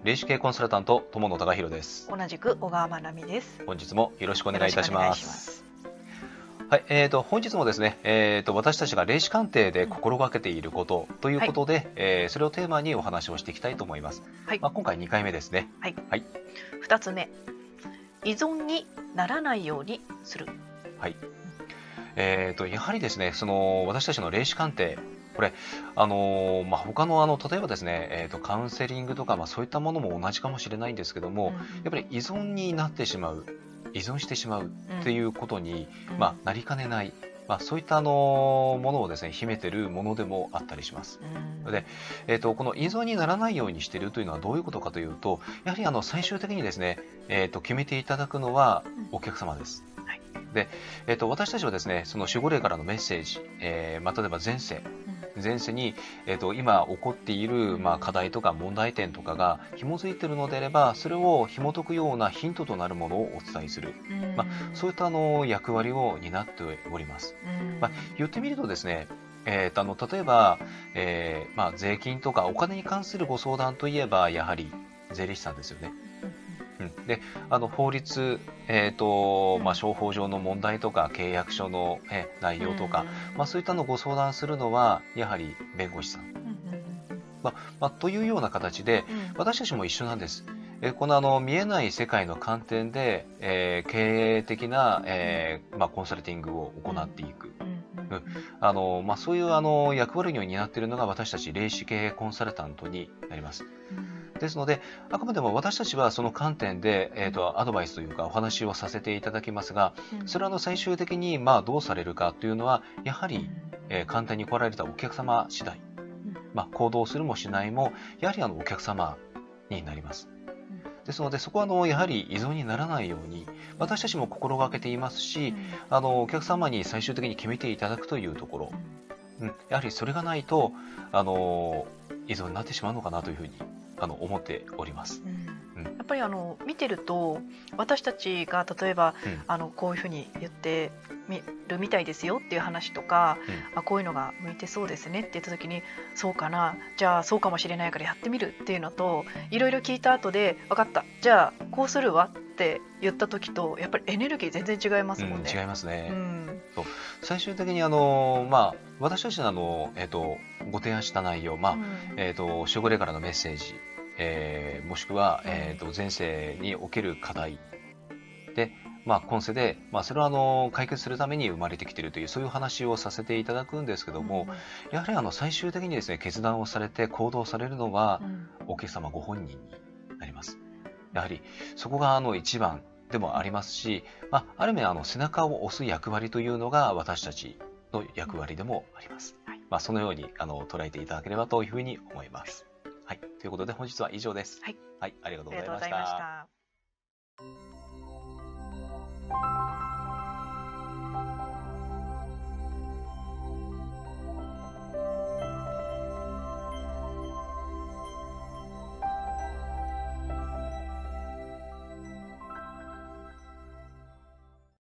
霊視系コンサルタント友野貴弘です。 同じく小川真奈美です。 本日もよろしくお願いいたしよろましくお願いします。 はい、本日もですね、私たちが霊視鑑定で心がけていることということで、それをテーマにお話をしていきたいと思います。 はい。 今回2回目ですね。 はい。 はい。 2つ目、依存にならないようにする。 はい。やはりですね、私たちの霊視鑑定、これ、他の例えばですね、カウンセリングとか、そういったものも同じかもしれないんですけども、やっぱり依存になってしまう、依存してしまうっていうことに、なりかねない、そういったものをですね、秘めてるものでもあったりします。で、この依存にならないようにしているというのはどういうことかというと、やはり最終的にですね、決めていただくのはお客様です。で、私たちはですね、その守護霊からのメッセージ、例えば前世に、今起こっている、課題とか問題点とかが紐づいているのであれば、それを紐解くようなヒントとなるものをお伝えする、そういった役割を担っております。言ってみるとですね、例えば、税金とかお金に関するご相談といえばやはり税理士さんですよね。で、法律、商法上の問題とか契約書の、内容とか、そういったのをご相談するのはやはり弁護士さん、というような形で、私たちも一緒なんです。この見えない世界の観点で、経営的な、コンサルティングを行っていく。そういう役割を担っているのが私たち霊視経営コンサルタントになります。ですので、あくまでも私たちはその観点で、アドバイスというかお話をさせていただきますが、それは最終的にどうされるかというのは、やはり、簡単に来られたお客様次第、行動するもしないも、やはりお客様になります。ですので、そこはやはり依存にならないように、私たちも心がけていますし、お客様に最終的に決めていただくというところ、やはりそれがないと、依存になってしまうのかなというふうに思っております。 やっぱり見てると、私たちが例えば、こういうふうに言ってみるみたいですよっていう話とか、こういうのが向いてそうですねって言った時に、そうかな、じゃあそうかもしれないからやってみるっていうのと、いろいろ聞いた後で分かった、じゃあこうするわって言った時と、やっぱりエネルギー全然違いますもんね。 違いますね。最終的に私たちのご提案した内容、守護霊からのメッセージ、もしくは、前世における課題で、今世で、それを解決するために生まれてきているという、そういう話をさせていただくんですけども、やはり最終的にですね、決断をされて行動されるのは、お客様ご本人になります。やはりそこが一番でもありますし、ある意味背中を押す役割というのが私たちの役割でもあります。そのように捉えていただければというふうに思います。はい、ということで本日は以上です。はい、ありがとうございました。